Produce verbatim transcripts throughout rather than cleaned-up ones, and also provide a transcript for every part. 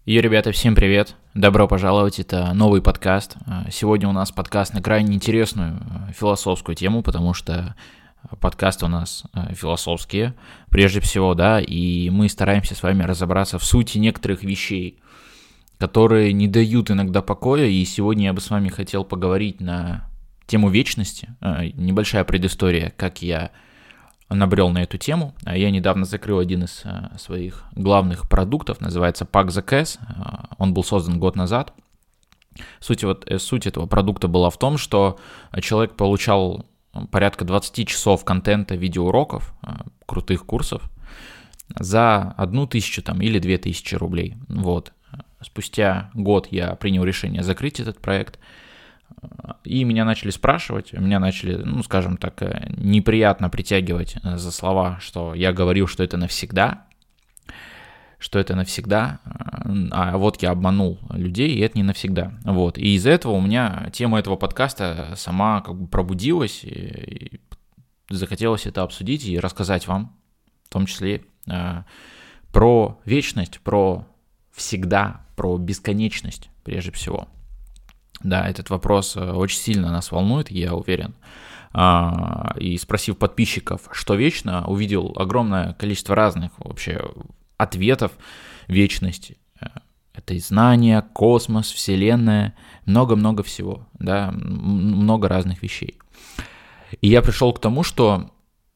И, ребята, всем привет! Добро пожаловать, это новый подкаст. Сегодня у нас подкаст на крайне интересную философскую тему, потому что подкасты у нас философские, прежде всего, да, и мы стараемся с вами разобраться в сути некоторых вещей, которые не дают иногда покоя, и сегодня я бы с вами хотел поговорить на тему вечности. Небольшая предыстория, как я набрел на эту тему. Я недавно закрыл один из своих главных продуктов, называется Pack the Cash. Он был создан год назад. Суть, вот, суть этого продукта была в том, что человек получал порядка двадцать часов контента, видеоуроков, крутых курсов за одну тысячу там, или две тысячи рублей. Вот. Спустя год я принял решение закрыть этот проект. И меня начали спрашивать, меня начали, ну, скажем так, неприятно притягивать за слова, что я говорил, что это навсегда, что это навсегда, а вот я обманул людей, и это не навсегда. Вот. И из-за этого у меня тема этого подкаста сама как бы пробудилась, и захотелось это обсудить и рассказать вам, в том числе про вечность, про всегда, про бесконечность прежде всего. Да, этот вопрос очень сильно нас волнует, я уверен. И спросив подписчиков, что вечно, увидел огромное количество разных вообще ответов вечности. Это и знания, космос, вселенная, много-много всего, да, много разных вещей. И я пришел к тому, что...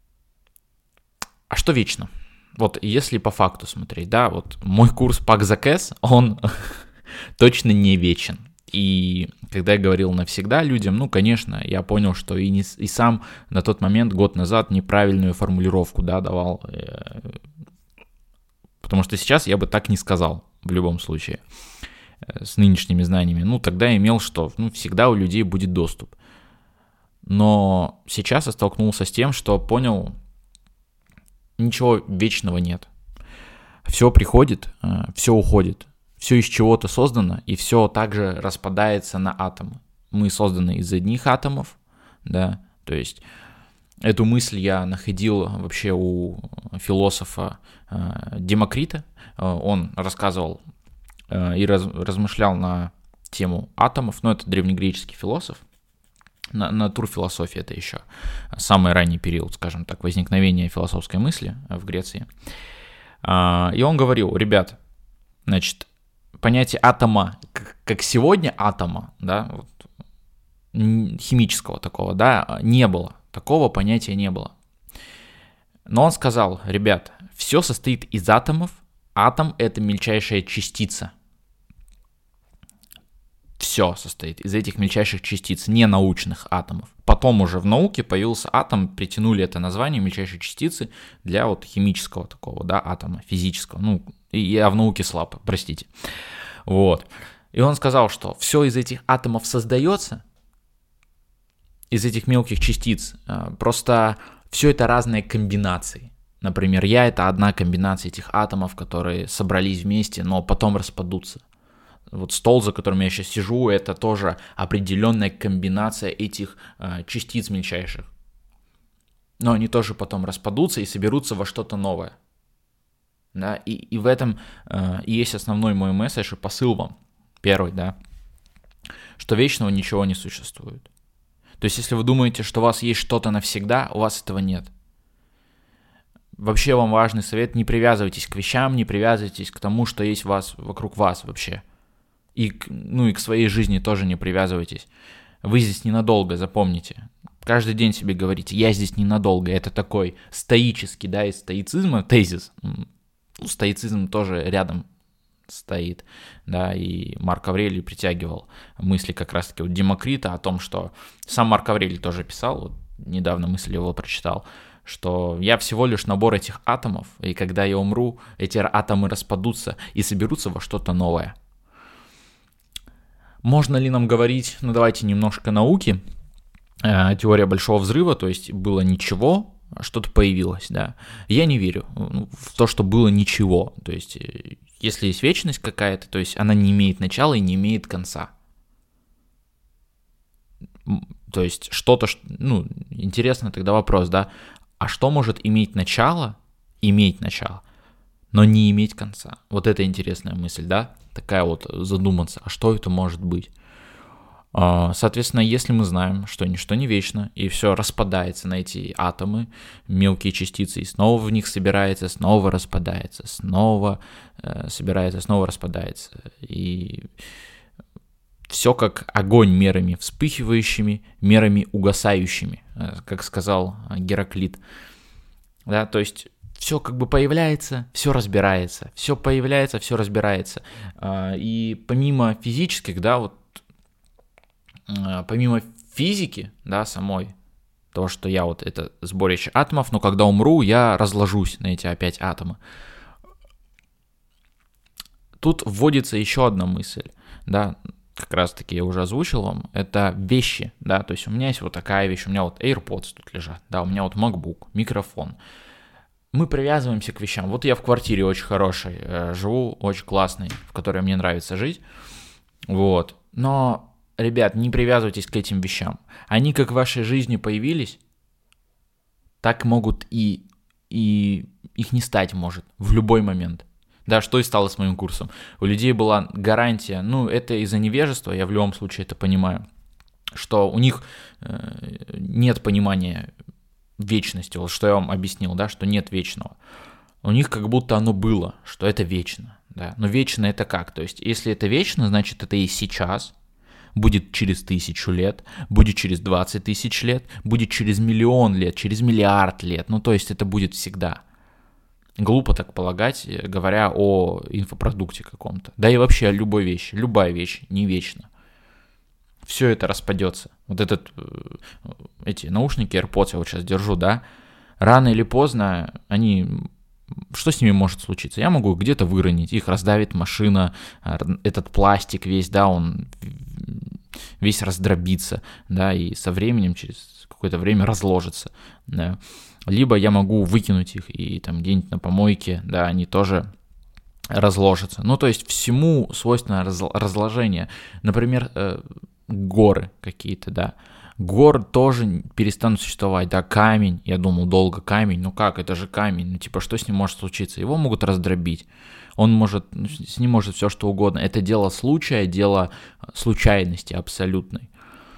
А что вечно? Вот если по факту смотреть, да, вот мой курс Pack the Cash, он точно не вечен. И когда я говорил навсегда людям, ну, конечно, я понял, что и, не, и сам на тот момент, год назад, неправильную формулировку, да, давал. Потому что сейчас я бы так не сказал, в любом случае, с нынешними знаниями. Ну, тогда я имел, что ну, всегда у людей будет доступ. Но сейчас я столкнулся с тем, что понял, ничего вечного нет. Все приходит, все уходит. Все из чего-то создано, и все также распадается на атомы. Мы созданы из одних атомов, да, то есть эту мысль я находил вообще у философа э, Демокрита. Он рассказывал э, и раз, размышлял на тему атомов, но это древнегреческий философ. На, натурфилософия — это еще самый ранний период, скажем так, возникновения философской мысли в Греции. Э, и он говорил: ребят, значит, понятие атома, как сегодня атома, да, вот, химического такого, да, не было. Такого понятия не было. Но он сказал: ребят, все состоит из атомов. Атом — это мельчайшая частица. Все состоит из этих мельчайших частиц, не научных атомов. Потом уже в науке появился атом, притянули это название мельчайшей частицы для вот химического такого, да, атома, физического. Ну, я в науке слаб, простите. Вот. И он сказал, что все из этих атомов создается, из этих мелких частиц. Просто все это разные комбинации. Например, я — это одна комбинация этих атомов, которые собрались вместе, но потом распадутся. Вот стол, за которым я сейчас сижу, это тоже определенная комбинация этих частиц мельчайших. Но они тоже потом распадутся и соберутся во что-то новое. Да, и, и в этом э, есть основной мой месседж и посыл вам. Первый, да, что вечного ничего не существует. То есть, если вы думаете, что у вас есть что-то навсегда, у вас этого нет. Вообще вам важный совет: не привязывайтесь к вещам, не привязывайтесь к тому, что есть у вас, вокруг вас вообще. И, ну, и к своей жизни тоже не привязывайтесь. Вы здесь ненадолго, запомните. Каждый день себе говорите: я здесь ненадолго. Это такой стоический, да, из стоицизма тезис. Ну, стоицизм тоже рядом стоит, да, и Марк Аврелий притягивал мысли как раз-таки у Демокрита о том, что сам Марк Аврелий тоже писал, вот недавно мысль его прочитал, что я всего лишь набор этих атомов, и когда я умру, эти атомы распадутся и соберутся во что-то новое. Можно ли нам говорить, ну давайте немножко науки, э, теория Большого Взрыва, то есть было ничего, что-то появилось, да. Я не верю в то, что было ничего. То есть, если есть вечность какая-то, то есть она не имеет начала и не имеет конца. То есть что-то, ну, интересно тогда вопрос, да, а что может иметь начало, иметь начало, но не иметь конца? Вот это интересная мысль, да. такая вот задуматься, а что это может быть? Соответственно, если мы знаем, что ничто не вечно, и все распадается на эти атомы, мелкие частицы, и снова в них собирается, снова распадается, снова э, собирается, снова распадается, и все как огонь мерами вспыхивающими, мерами угасающими, э, как сказал Гераклит. Да, то есть все как бы появляется, все разбирается, все появляется, все разбирается. И помимо физических, да, вот помимо физики, да, самой, того, что я вот это сборище атомов, но когда умру, я разложусь на эти опять атомы. Тут вводится еще одна мысль, да, как раз-таки я уже озвучил вам, это вещи, да, то есть у меня есть вот такая вещь, у меня вот AirPods тут лежат, да, у меня вот MacBook, микрофон. Мы привязываемся к вещам. Вот я в квартире очень хорошей э, живу, очень классной, в которой мне нравится жить, вот, но... Ребят, не привязывайтесь к этим вещам. Они как в вашей жизни появились, так могут и, и их не стать может в любой момент. Да, что и стало с моим курсом. У людей была гарантия, ну, это из-за невежества, я в любом случае это понимаю, что у них э, нет понимания вечности, вот что я вам объяснил, да, что нет вечного. У них как будто оно было, что это вечно, да. Но вечно это как? То есть, если это вечно, значит, это и сейчас, будет через тысячу лет, будет через двадцать тысяч лет, будет через миллион лет, через миллиард лет. Ну, то есть это будет всегда. Глупо так полагать, говоря о инфопродукте каком-то. Да и вообще о любой вещи. Любая вещь не вечна. Все это распадется. Вот этот, эти наушники AirPods я вот сейчас держу, да, рано или поздно они... Что с ними может случиться? Я могу где-то выронить, их раздавит машина, этот пластик весь, да, он весь раздробится, да, и со временем, через какое-то время разложится, да. Либо я могу выкинуть их, и там где-нибудь на помойке, да, они тоже разложатся. Ну, то есть всему свойственно разложение. Например, горы какие-то, да. Горы тоже перестанут существовать, да, камень, я думал, долго камень, ну как, это же камень, ну типа, что с ним может случиться? Его могут раздробить, он может, с ним может все что угодно, это дело случая, дело случайности абсолютной.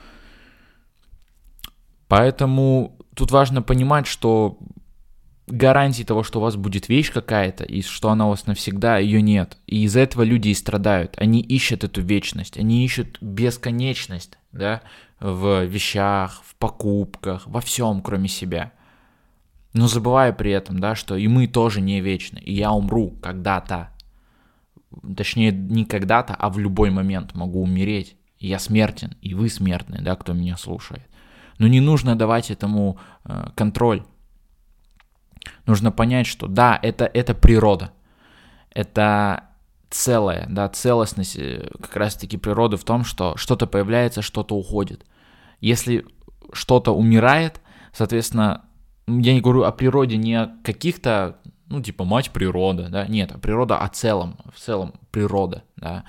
Поэтому тут важно понимать, что гарантии того, что у вас будет вещь какая-то, и что она у вас навсегда, ее нет. И из-за этого люди и страдают. Они ищут эту вечность, они ищут бесконечность, да, в вещах, в покупках, во всем, кроме себя. Но забывая при этом, да, что и мы тоже не вечны, и я умру когда-то. Точнее, не когда-то, а в любой момент могу умереть. И я смертен, и вы смертны, да, кто меня слушает. Но не нужно давать этому э, контроль. Нужно понять, что да, это, это природа, это целое, да, целостность как раз-таки природы в том, что что-то появляется, что-то уходит. Если что-то умирает, соответственно, я не говорю о природе не о каких-то, ну, типа мать природа, да, нет, а природа о целом, в целом природа, да,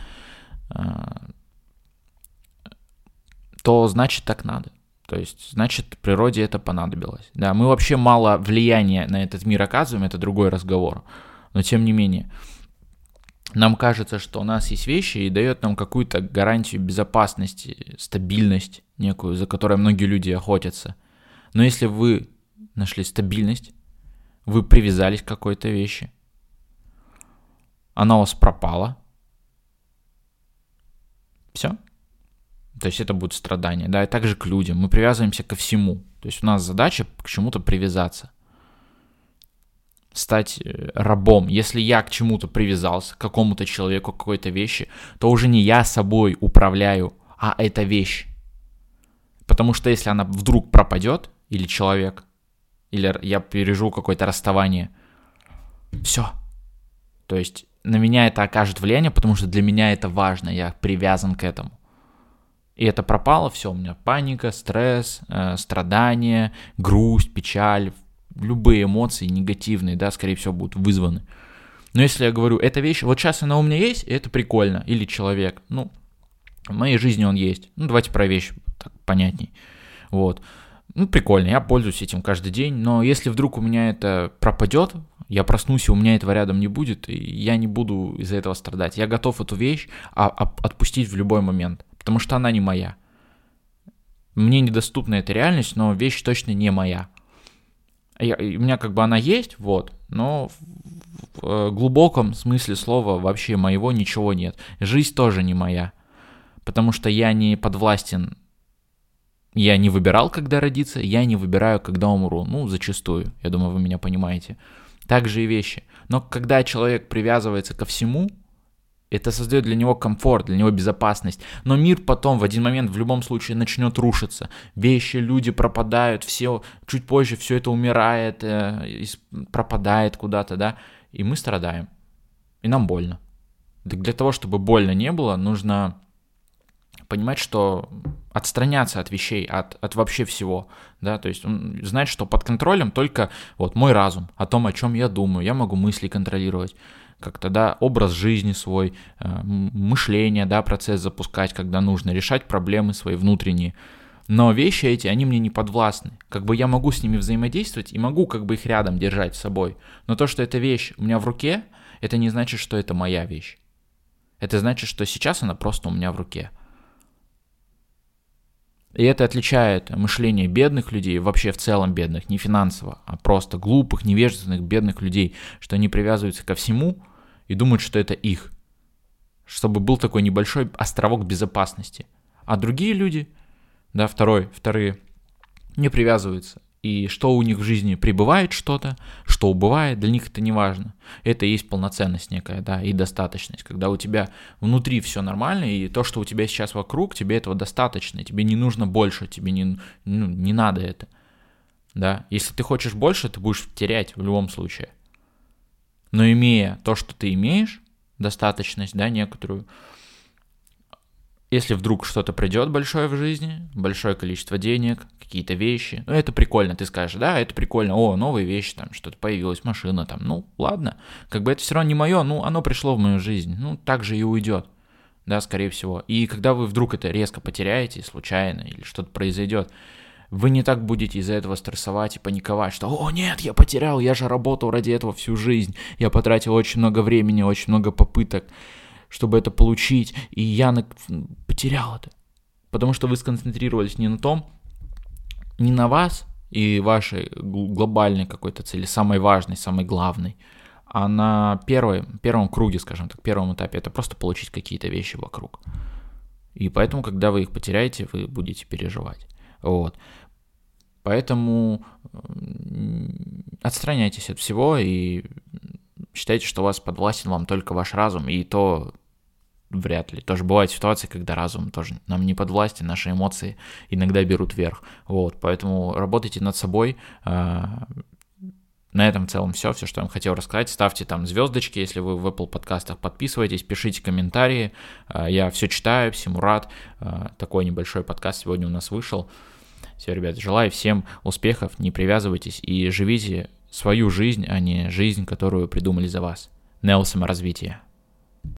то значит так надо. То есть, значит, природе это понадобилось. Да, мы вообще мало влияния на этот мир оказываем, это другой разговор. Но тем не менее, нам кажется, что у нас есть вещи и дает нам какую-то гарантию безопасности, стабильность некую, за которой многие люди охотятся. Но если вы нашли стабильность, вы привязались к какой-то вещи, она у вас пропала, все. То есть это будет страдание, да, и также к людям. Мы привязываемся ко всему. То есть у нас задача к чему-то привязаться. Стать рабом. Если я к чему-то привязался, к какому-то человеку, к какой-то вещи, то уже не я собой управляю, а эта вещь. Потому что если она вдруг пропадет, или человек, или я переживу какое-то расставание, все. То есть на меня это окажет влияние, потому что для меня это важно, я привязан к этому. И это пропало, все, у меня паника, стресс, э, страдания, грусть, печаль, любые эмоции негативные, да, скорее всего, будут вызваны. Но если я говорю, эта вещь, вот сейчас она у меня есть, и это прикольно, или человек, ну, в моей жизни он есть, ну, давайте про вещь, так понятней, вот. Ну, прикольно, я пользуюсь этим каждый день, но если вдруг у меня это пропадет, я проснусь, и у меня этого рядом не будет, и я не буду из-за этого страдать. Я готов эту вещь а, а, отпустить в любой момент, потому что она не моя. Мне недоступна эта реальность, но вещь точно не моя. Я, у меня как бы она есть, вот, но в, в глубоком смысле слова вообще моего ничего нет. Жизнь тоже не моя, потому что я не подвластен. Я не выбирал, когда родиться, я не выбираю, когда умру. Ну, зачастую. Я думаю, вы меня понимаете. Так же и вещи. Но когда человек привязывается ко всему, это создает для него комфорт, для него безопасность. Но мир потом в один момент в любом случае начнет рушиться. Вещи, люди пропадают, все, чуть позже все это умирает, э, пропадает куда-то, да. И мы страдаем. И нам больно. Так для того, чтобы больно не было, нужно понимать, что отстраняться от вещей, от, от вообще всего, да, то есть знать, что под контролем только вот мой разум, о том, о чем я думаю, я могу мысли контролировать, как-то, да, образ жизни свой, э, мышление, да, процесс запускать, когда нужно, решать проблемы свои внутренние, но вещи эти, они мне не подвластны, как бы я могу с ними взаимодействовать и могу как бы их рядом держать с собой, но то, что эта вещь у меня в руке, это не значит, что это моя вещь, это значит, что сейчас она просто у меня в руке. И это отличает мышление бедных людей, вообще в целом бедных, не финансово, а просто глупых, невежественных, бедных людей, что они привязываются ко всему и думают, что это их, чтобы был такой небольшой островок безопасности. А другие люди, да, второй, вторые, не привязываются. И что у них в жизни прибывает что-то, что убывает, для них это не важно. Это и есть полноценность некая, да, и достаточность. Когда у тебя внутри все нормально, и то, что у тебя сейчас вокруг, тебе этого достаточно, тебе не нужно больше, тебе не, ну, не надо это. Да? Если ты хочешь больше, ты будешь терять в любом случае. Но имея то, что ты имеешь, достаточность, да, некоторую, если вдруг что-то придет большое в жизни, большое количество денег, какие-то вещи, ну это прикольно, ты скажешь, да, это прикольно, о, новые вещи, там что-то появилось, машина, там, ну ладно, как бы это все равно не мое, ну оно пришло в мою жизнь, ну так же и уйдет, да, скорее всего. И когда вы вдруг это резко потеряете, случайно, или что-то произойдет, вы не так будете из-за этого стрессовать и паниковать, что «О, нет, я потерял, я же работал ради этого всю жизнь, я потратил очень много времени, очень много попыток, чтобы это получить, и я на... потерял это». Потому что вы сконцентрировались не на том, не на вас и вашей глобальной какой-то цели, самой важной, самой главной, а на первой, первом круге, скажем так, первом этапе, это просто получить какие-то вещи вокруг. И поэтому, когда вы их потеряете, вы будете переживать. Вот. Поэтому отстраняйтесь от всего и считайте, что у вас подвластен вам только ваш разум, и то вряд ли. Тоже бывают ситуации, когда разум тоже нам не подвластен, наши эмоции иногда берут верх. Вот. Поэтому работайте над собой. На этом в целом все, все, что я вам хотел рассказать. Ставьте там звездочки, если вы в Apple подкастах, подписывайтесь, пишите комментарии. Я все читаю, всему рад. Такой небольшой подкаст сегодня у нас вышел. Все, ребят, желаю всем успехов, не привязывайтесь и живите свою жизнь, а не жизнь, которую придумали за вас. Нео саморазвитие.